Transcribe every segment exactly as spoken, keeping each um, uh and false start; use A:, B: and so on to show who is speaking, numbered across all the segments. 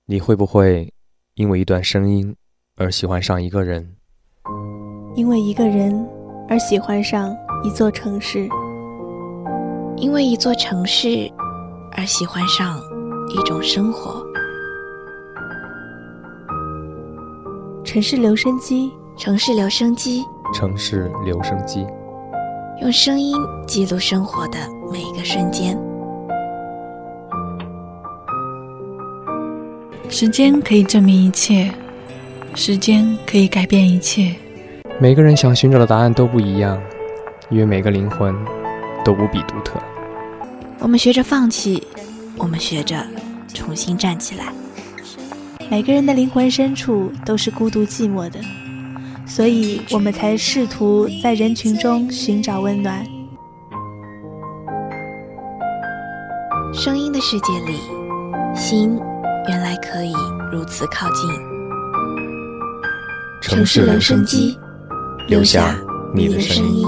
A: 你会不会因为一段声音而喜欢上一个人？
B: 因为一个人而喜欢上一座城市？
C: 因为一座城市而喜欢上一种生活？
B: 城市留声机，
C: 城市留声机，
A: 城市留声机，
C: 用声音记录生活的每一个瞬间。
D: 时间可以证明一切，时间可以改变一切。
A: 每个人想寻找的答案都不一样，因为每个灵魂都无比独特。
C: 我们学着放弃，我们学着重新站起来。
B: 每个人的灵魂深处都是孤独寂寞的，所以我们才试图在人群中寻找温暖。
C: 声音的世界里，心原来可以如此靠近。
A: 城市留声机，留下你的声音。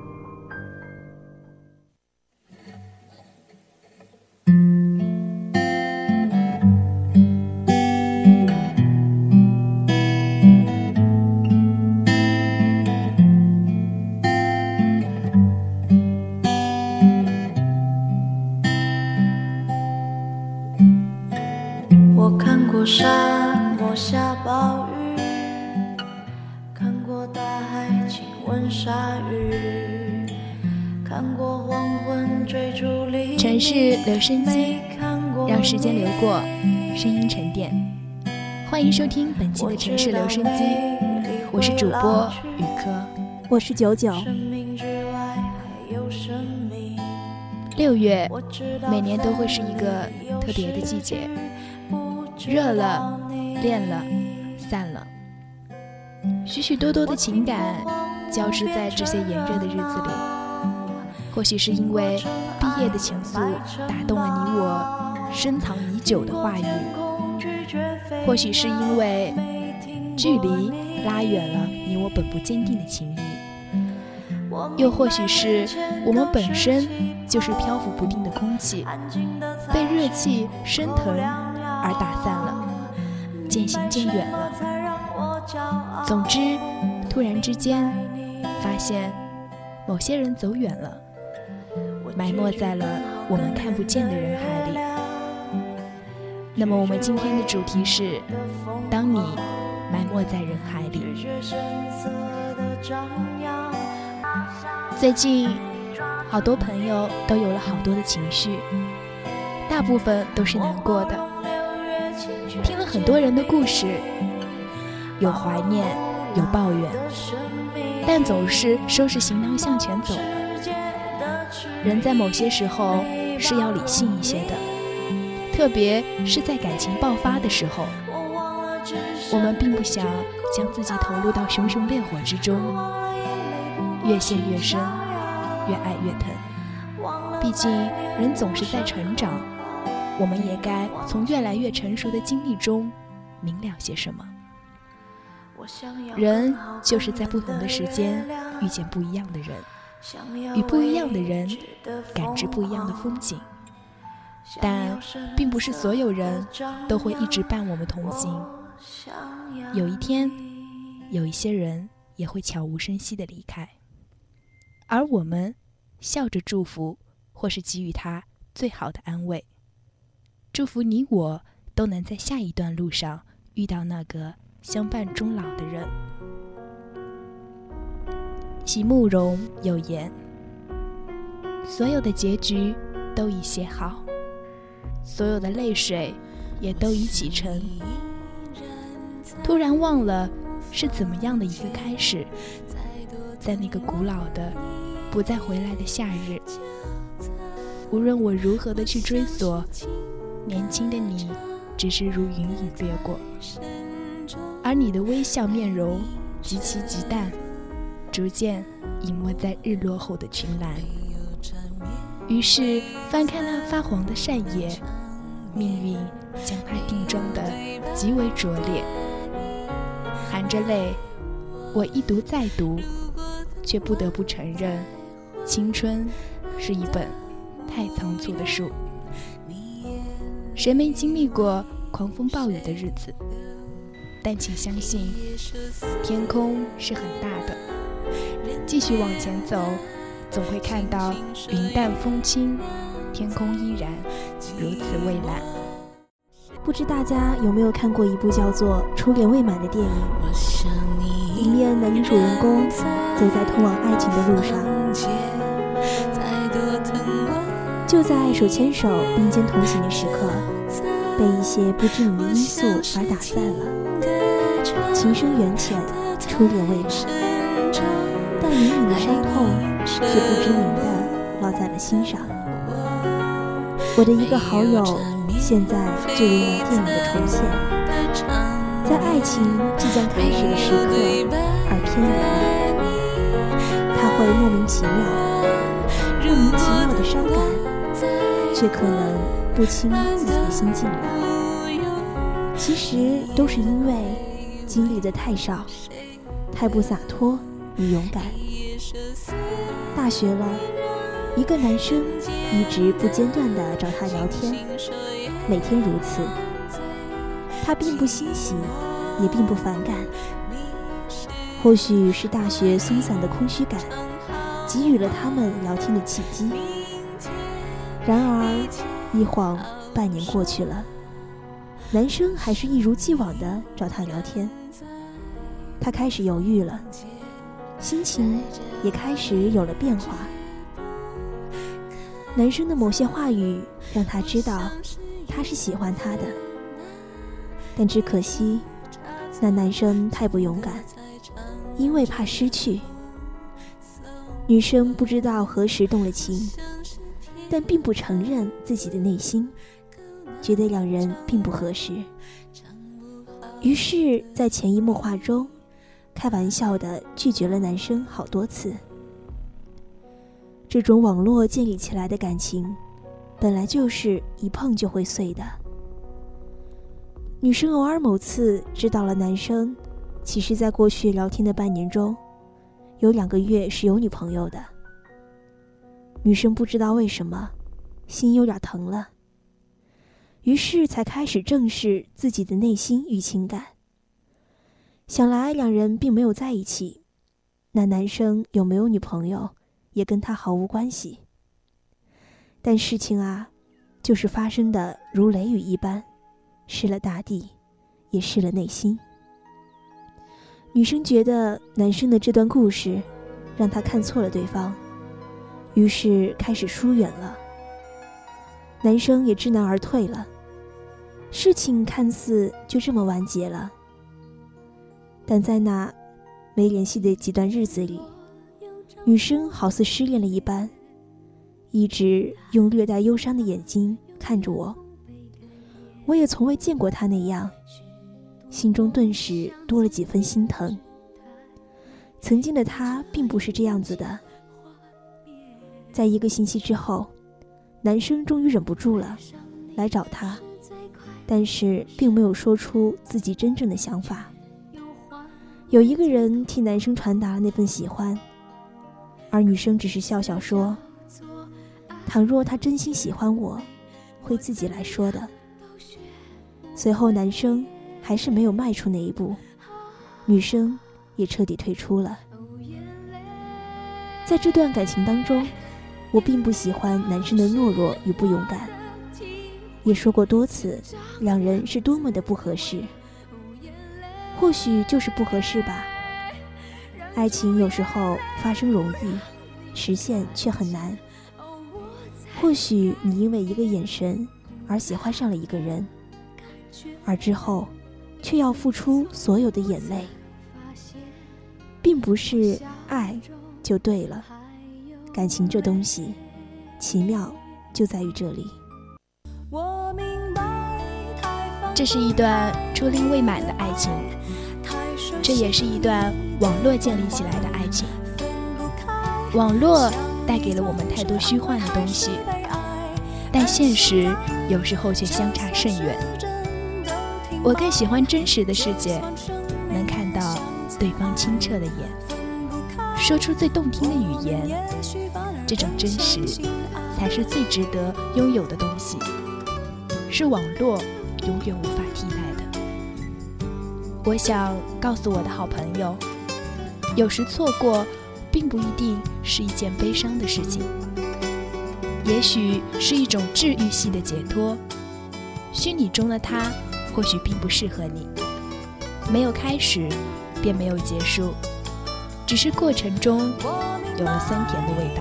E: 我看过沙漠下暴雨，看过大海亲吻鲨鱼，看过黄昏追逐黎明。
F: 城市留声机，让时间流过，声音沉淀。欢迎收听本期的城市留声机，我是主播雨科，
B: 我是九九。
F: 六月每年都会是一个特别的季节，热了，恋了，散了，许许多多的情感交织在这些炎热的日子里。或许是因为毕业的情愫打动了你我深藏已久的话语，或许是因为距离拉远了你我本不坚定的情谊，又或许是我们本身就是漂浮不定的空气，被热气升腾而打散了，渐行渐远了。总之，突然之间发现某些人走远了，埋没在了我们看不见的人海里。那么我们今天的主题是，当你埋没在人海里。最近好多朋友都有了好多的情绪，大部分都是难过的。听了很多人的故事，有怀念，有抱怨，但总是收拾行囊向前走了。人在某些时候是要理性一些的，特别是在感情爆发的时候，我们并不想将自己投入到熊熊烈火之中，越陷越深，越爱越疼。毕竟人总是在成长，我们也该从越来越成熟的经历中明了些什么。人就是在不同的时间遇见不一样的人，与不一样的人感知不一样的风景，但并不是所有人都会一直伴我们同行。有一天，有一些人也会悄无声息地离开，而我们笑着祝福，或是给予他最好的安慰，祝福你我都能在下一段路上遇到那个相伴终老的人。席慕容有言，所有的结局都已写好，所有的泪水也都已启程，突然忘了是怎么样的一个开始。在那个古老的不再回来的夏日，无论我如何的去追索，年轻的你只是如云影掠过，而你的微笑面容极其极淡，逐渐隐没在日落后的群岚。于是翻开那发黄的扇叶，命运将它定妆得极为拙劣。含着泪，我一读再读，却不得不承认，青春是一本太仓促的书。谁没经历过狂风暴雨的日子，但请相信，天空是很大的。继续往前走，总会看到云淡风轻，天空依然如此蔚蓝。
B: 不知大家有没有看过一部叫做《初恋未满》的电影？里面男女主人公走在通往爱情的路上，就在手牵手并肩同行的时刻，被一些不知名的因素而打散了。情深缘浅，初恋未满，但隐隐的伤痛却不知名的烙在了心上。我的一个好友现在就如那电影的重现，在爱情即将开始的时刻而偏离了，他会莫名其妙莫名其妙的伤感，却可能不清自己的心境了。其实都是因为经历的太少，太不洒脱与勇敢。大学了，一个男生一直不间断地找他聊天，每天如此。他并不欣喜，也并不反感。或许是大学松散的空虚感给予了他们聊天的契机。然而一晃半年过去了，男生还是一如既往地找他聊天。他开始犹豫了，心情也开始有了变化。男生的某些话语让他知道他是喜欢他的，但只可惜那男生太不勇敢，因为怕失去。女生不知道何时动了情，但并不承认自己的内心，觉得两人并不合适，于是在潜移默化中开玩笑地拒绝了男生好多次。这种网络建立起来的感情本来就是一碰就会碎的。女生偶尔某次知道了男生其实在过去聊天的半年中有两个月是有女朋友的。女生不知道为什么心有点疼了，于是才开始正视自己的内心与情感。想来两人并没有在一起，那男生有没有女朋友也跟他毫无关系。但事情啊，就是发生的如雷雨一般，湿了大地，也湿了内心。女生觉得男生的这段故事让她看错了对方，于是开始疏远了。男生也知难而退了，事情看似就这么完结了。但在那没联系的几段日子里，女生好似失恋了一般，一直用略带忧伤的眼睛看着我。我也从未见过她那样，心中顿时多了几分心疼。曾经的她并不是这样子的。在一个星期之后，男生终于忍不住了，来找她，但是并没有说出自己真正的想法。有一个人替男生传达了那份喜欢，而女生只是笑笑说，倘若他真心喜欢我，会自己来说的。随后男生还是没有迈出那一步，女生也彻底退出了。在这段感情当中，我并不喜欢男生的懦弱与不勇敢，也说过多次两人是多么的不合适。或许就是不合适吧。爱情有时候发生容易，实现却很难。或许你因为一个眼神而喜欢上了一个人，而之后却要付出所有的眼泪。并不是爱就对了，感情这东西奇妙就在于这里。
F: 这是一段初恋未满的爱情，这也是一段网络建立起来的爱情。网络带给了我们太多虚幻的东西，但现实有时候却相差甚远。我更喜欢真实的世界，能看到对方清澈的眼，说出最动听的语言。这种真实才是最值得拥有的东西，是网络永远无法替代的。我想告诉我的好朋友，有时错过并不一定是一件悲伤的事情，也许是一种治愈系的解脱。虚拟中的他或许并不适合你，没有开始便没有结束，只是过程中有了酸甜的味道。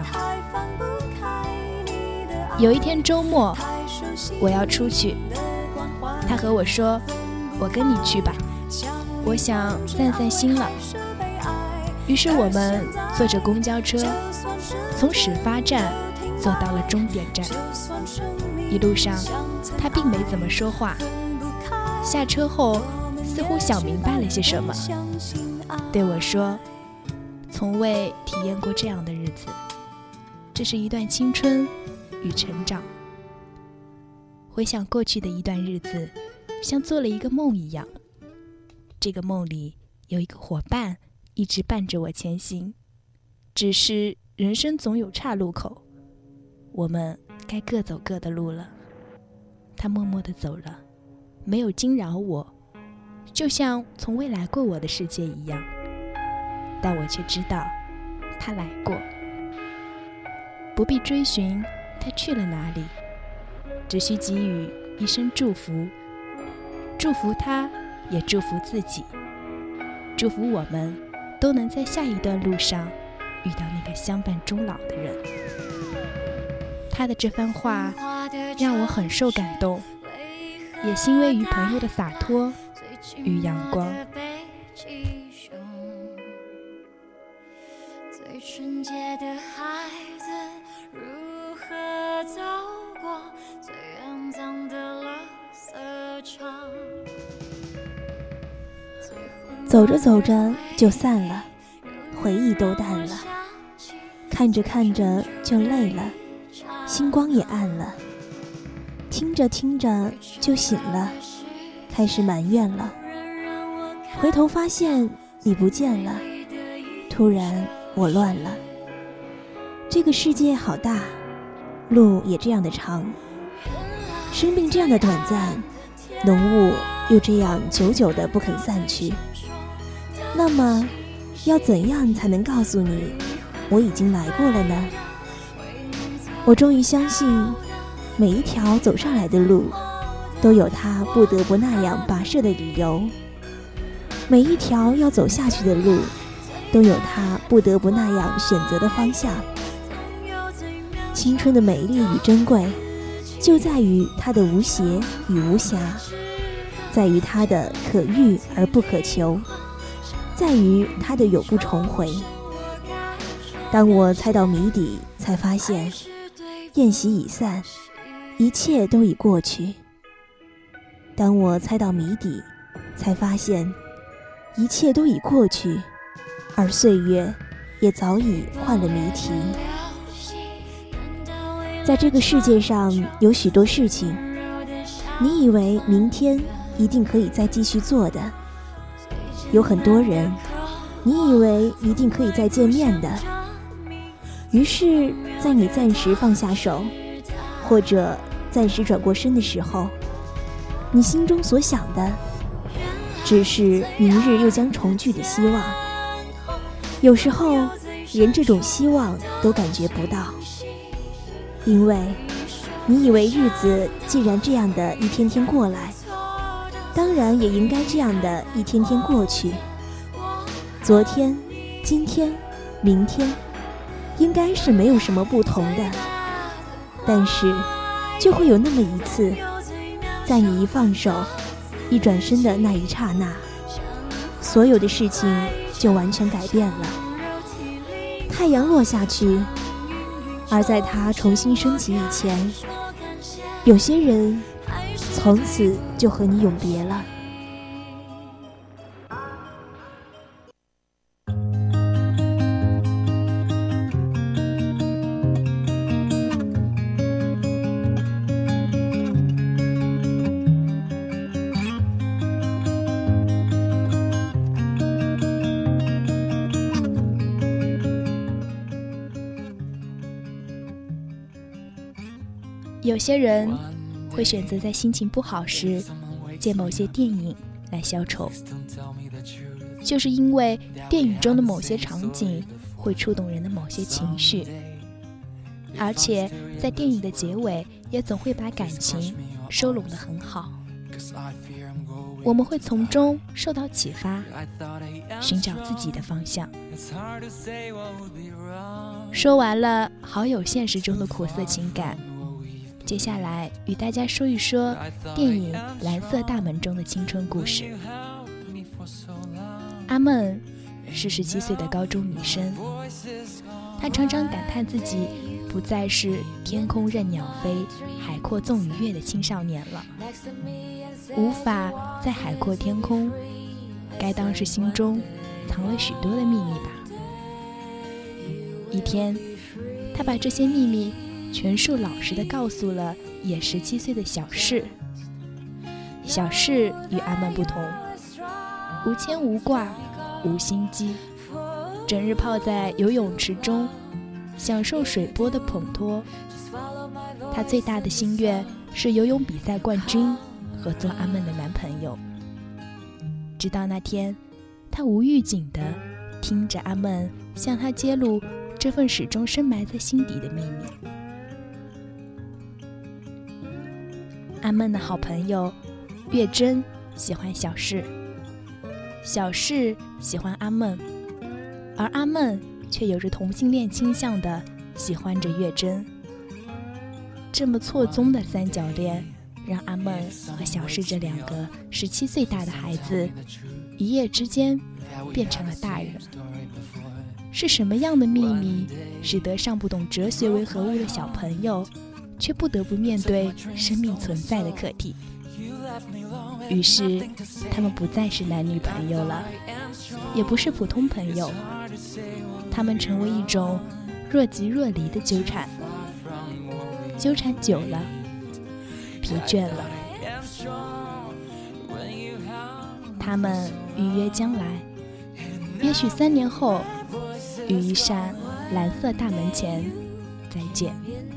F: 有一天周末我要出去，他和我说，我跟你去吧，我想散散心了。于是我们坐着公交车从始发站坐到了终点站，一路上他并没怎么说话，下车后似乎想明白了些什么，对我说，从未体验过这样的日子，这是一段青春与成长。回想过去的一段日子，像做了一个梦一样，这个梦里有一个伙伴一直伴着我前行，只是人生总有岔路口，我们该各走各的路了。他默默地走了，没有惊扰我，就像从未来过我的世界一样，但我却知道他来过。不必追寻他去了哪里，只需给予一声祝福，祝福他，也祝福自己，祝福我们都能在下一段路上遇到那个相伴终老的人。他的这番话让我很受感动，也欣慰于朋友的洒脱与阳光。
E: 最纯洁的孩子如何走过最肮脏的垃圾场。
B: 走着走着就散了，回忆都淡了，看着看着就累了，星光也暗了，听着听着就醒了，开始埋怨了，回头发现你不见了，突然我乱了。这个世界好大，路也这样的长，生命这样的短暂，浓雾又这样久久的不肯散去。那么要怎样才能告诉你我已经来过了呢？我终于相信，每一条走上来的路都有它不得不那样跋涉的理由，每一条要走下去的路都有它不得不那样选择的方向。青春的美丽与珍贵就在于它的无邪与无瑕，在于它的可遇而不可求，在于它的永不重回。当我猜到谜底，才发现宴席已散，一切都已过去。当我猜到谜底，才发现一切都已过去，而岁月也早已换了谜题。在这个世界上有许多事情，你以为明天一定可以再继续做的，有很多人你以为一定可以再见面的，于是在你暂时放下手或者暂时转过身的时候，你心中所想的只是明日又将重聚的希望。有时候连这种希望都感觉不到，因为你以为日子既然这样的一天天过来，当然也应该这样的一天天过去。昨天、今天、明天应该是没有什么不同的，但是就会有那么一次，在你一放手一转身的那一刹那，所有的事情就完全改变了。太阳落下去，而在它重新升起以前，有些人从此就和你永别了。
F: 有些人会选择在心情不好时借某些电影来消愁，就是因为电影中的某些场景会触动人的某些情绪，而且在电影的结尾也总会把感情收拢得很好，我们会从中受到启发，寻找自己的方向。说完了好友现实中的苦涩情感，接下来与大家说一说电影《蓝色大门》中的青春故事。阿梦是十七岁的高中女生，她常常感叹自己不再是天空任鸟飞，海阔纵鱼跃的青少年了，无法在海阔天空，该当是心中藏了许多的秘密吧。一天，她把这些秘密全数老实地告诉了也十七岁的小世。小世与阿梦不同，无牵无挂，无心机，整日泡在游泳池中，享受水波的捧托。他最大的心愿是游泳比赛冠军和做阿梦的男朋友。直到那天，他无预警地听着阿梦向他揭露这份始终深埋在心底的秘密。阿梦的好朋友月珍喜欢小世，小世喜欢阿梦，而阿梦却有着同性恋倾向的喜欢着月珍。这么错综的三角恋，让阿梦和小世这两个十七岁大的孩子一夜之间变成了大人。是什么样的秘密使得尚不懂哲学为何物的小朋友却不得不面对生命存在的课题？于是他们不再是男女朋友了，也不是普通朋友，他们成为一种若即若离的纠缠。纠缠久了，疲倦了，他们预约将来，也许三年后于一扇蓝色大门前再见。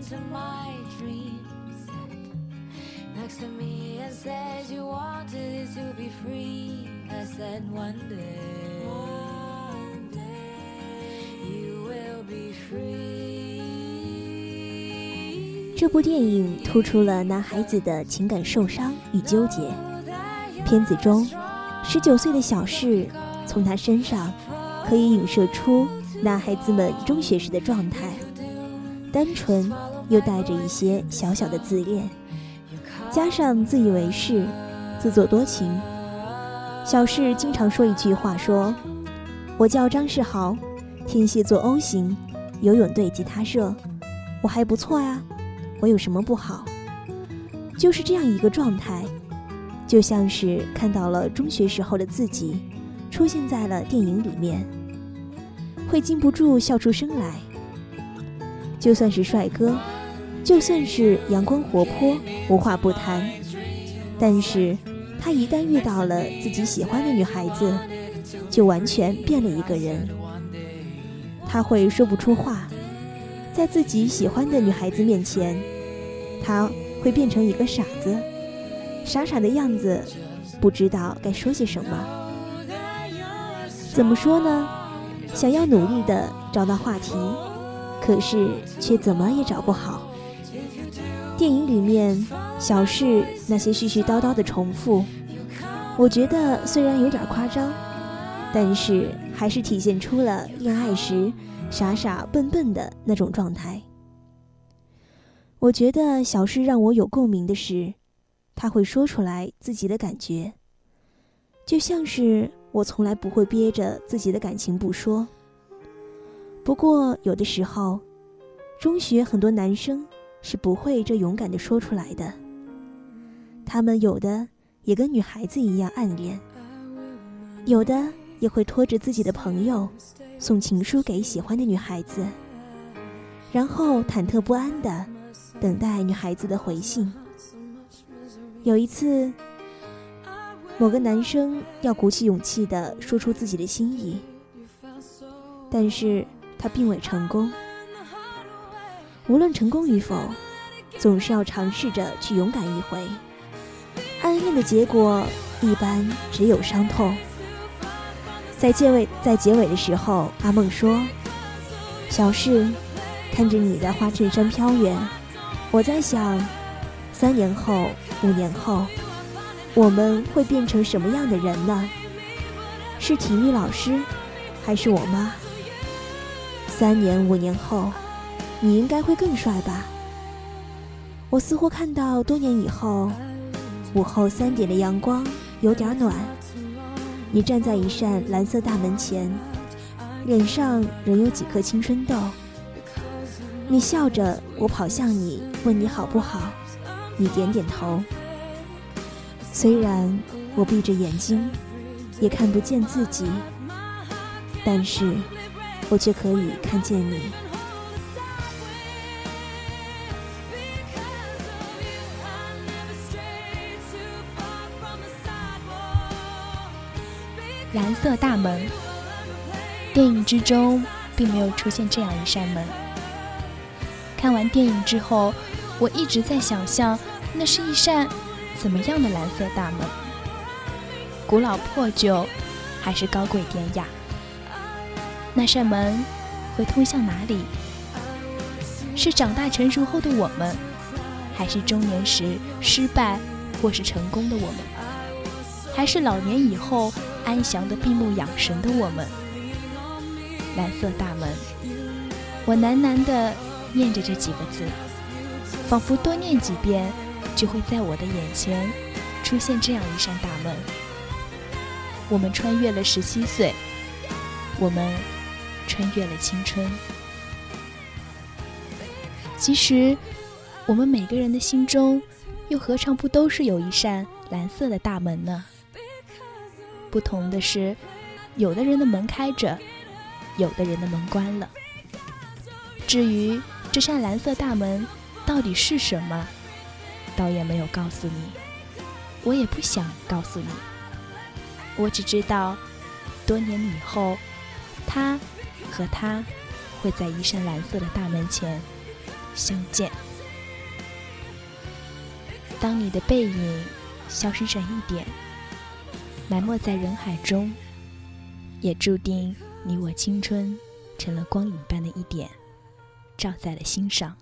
B: 这部电影突出了男孩子的情感受伤与纠结。片子中，十九岁的小世从他身上可以影射出男孩子们中学时的状态，单纯又带着一些小小的自恋，加上自以为是、自作多情。小世经常说一句话说：“我叫张世豪，天蝎座 O 型，游泳队吉他社，我还不错呀，我有什么不好？”就是这样一个状态，就像是看到了中学时候的自己出现在了电影里面，会禁不住笑出声来。就算是帅哥，就算是阳光活泼，无话不谈，但是他一旦遇到了自己喜欢的女孩子，就完全变了一个人。他会说不出话，在自己喜欢的女孩子面前，他会变成一个傻子，傻傻的样子，不知道该说些什么。怎么说呢？想要努力地找到话题，可是却怎么也找不好。电影里面小世那些絮絮叨叨的重复，我觉得虽然有点夸张，但是还是体现出了恋爱时傻傻笨笨的那种状态。我觉得小世让我有共鸣的是，他会说出来自己的感觉，就像是我从来不会憋着自己的感情不说。不过有的时候，中学很多男生是不会这勇敢地说出来的，他们有的也跟女孩子一样暗恋，有的也会拖着自己的朋友送情书给喜欢的女孩子，然后忐忑不安地等待女孩子的回信。有一次，某个男生要鼓起勇气地说出自己的心意，但是他并未成功。无论成功与否，总是要尝试着去勇敢一回，安恋恋的结果一般只有伤痛。在结尾在结尾的时候，阿梦说：“小事，看着你的花衬衫飘远，我在想，三年后、五年后，我们会变成什么样的人呢？是体育老师，还是我妈？三年、五年后，你应该会更帅吧？”我似乎看到多年以后，午后三点的阳光有点暖，你站在一扇蓝色大门前，脸上仍有几颗青春痘。你笑着，我跑向你，问你好不好，你点点头。虽然我闭着眼睛，也看不见自己，但是我却可以看见你。
F: 蓝色大门，电影之中并没有出现这样一扇门。看完电影之后，我一直在想象那是一扇怎么样的蓝色大门，古老破旧还是高贵典雅？那扇门会通向哪里？是长大成熟后的我们，还是中年时失败或是成功的我们，还是老年以后安详的闭目养神的我们？蓝色大门，我喃喃地念着这几个字，仿佛多念几遍就会在我的眼前出现这样一扇大门。我们穿越了十七岁，我们穿越了青春。其实我们每个人的心中又何尝不都是有一扇蓝色的大门呢？不同的是，有的人的门开着，有的人的门关了。至于这扇蓝色大门到底是什么，导演没有告诉你，我也不想告诉你。我只知道，多年以后，他和他会在一扇蓝色的大门前相见。当你的背影消失成一点，埋没在人海中，也注定你我青春成了光影般的一点，照在了心上。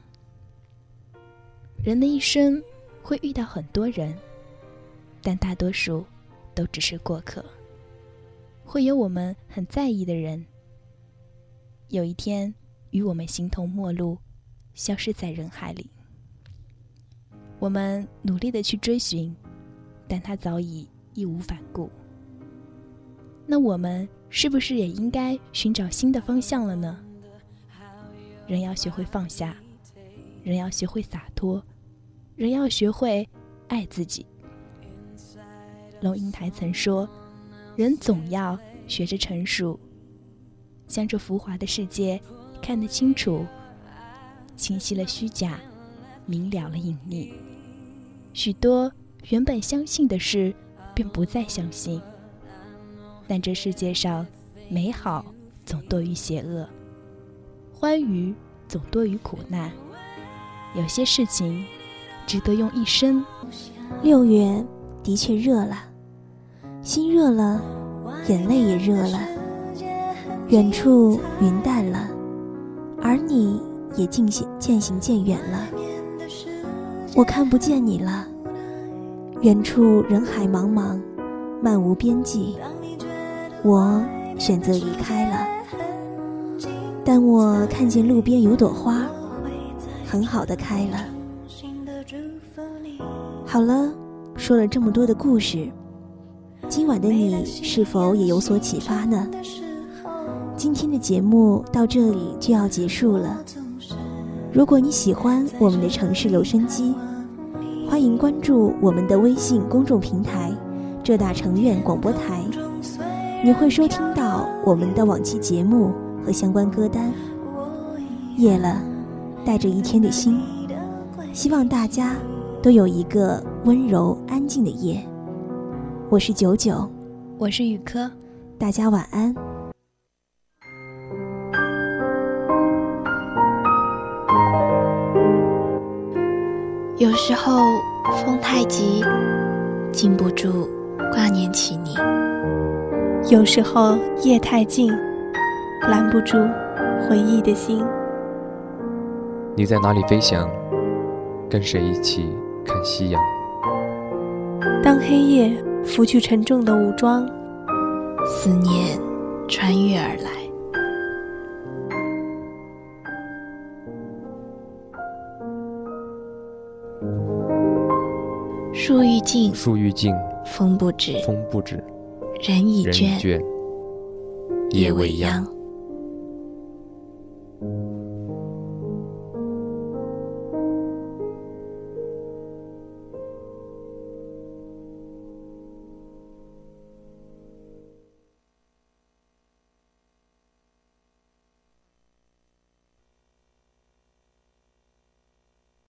F: 人的一生会遇到很多人，但大多数都只是过客。会有我们很在意的人，有一天与我们形同陌路，消失在人海里。我们努力地去追寻，但他早已义无反顾。那我们是不是也应该寻找新的方向了呢？人要学会放下，人要学会洒脱，人要学会爱自己。龙应台曾说，人总要学着成熟，将这浮华的世界看得清楚，清晰了虚假，明了了隐匿。许多原本相信的事便不再相信，但这世界上美好总多于邪恶，欢愉总多于苦难。有些事情值得用一生。
B: 六月的确热了，心热了，眼泪也热了，远处云淡了，而你也渐行渐行渐远了。我看不见你了，远处人海茫茫，漫无边际，我选择离开了。但我看见路边有朵花，很好的开了。好了，说了这么多的故事，今晚的你是否也有所启发呢？今天的节目到这里就要结束了。如果你喜欢我们的城市留声机，欢迎关注我们的微信公众平台浙大城院广播台，你会收听到我们的往期节目和相关歌单。夜了，带着一天的心，希望大家都有一个温柔安静的夜。我是九九，
F: 我是雨科，
B: 大家晚安。
C: 有时候风太急， 禁不住挂念起你。
G: 有时候夜太静，拦不住回忆的心。
A: 你在哪里飞翔？跟谁一起看夕阳？
G: 当黑夜拂去沉重的武装，
C: 思念穿越而来。树欲静，
A: 树欲静，
C: 风不止，
A: 风不止，
C: 人已
A: 人已
C: 倦，
A: 倦，夜未央。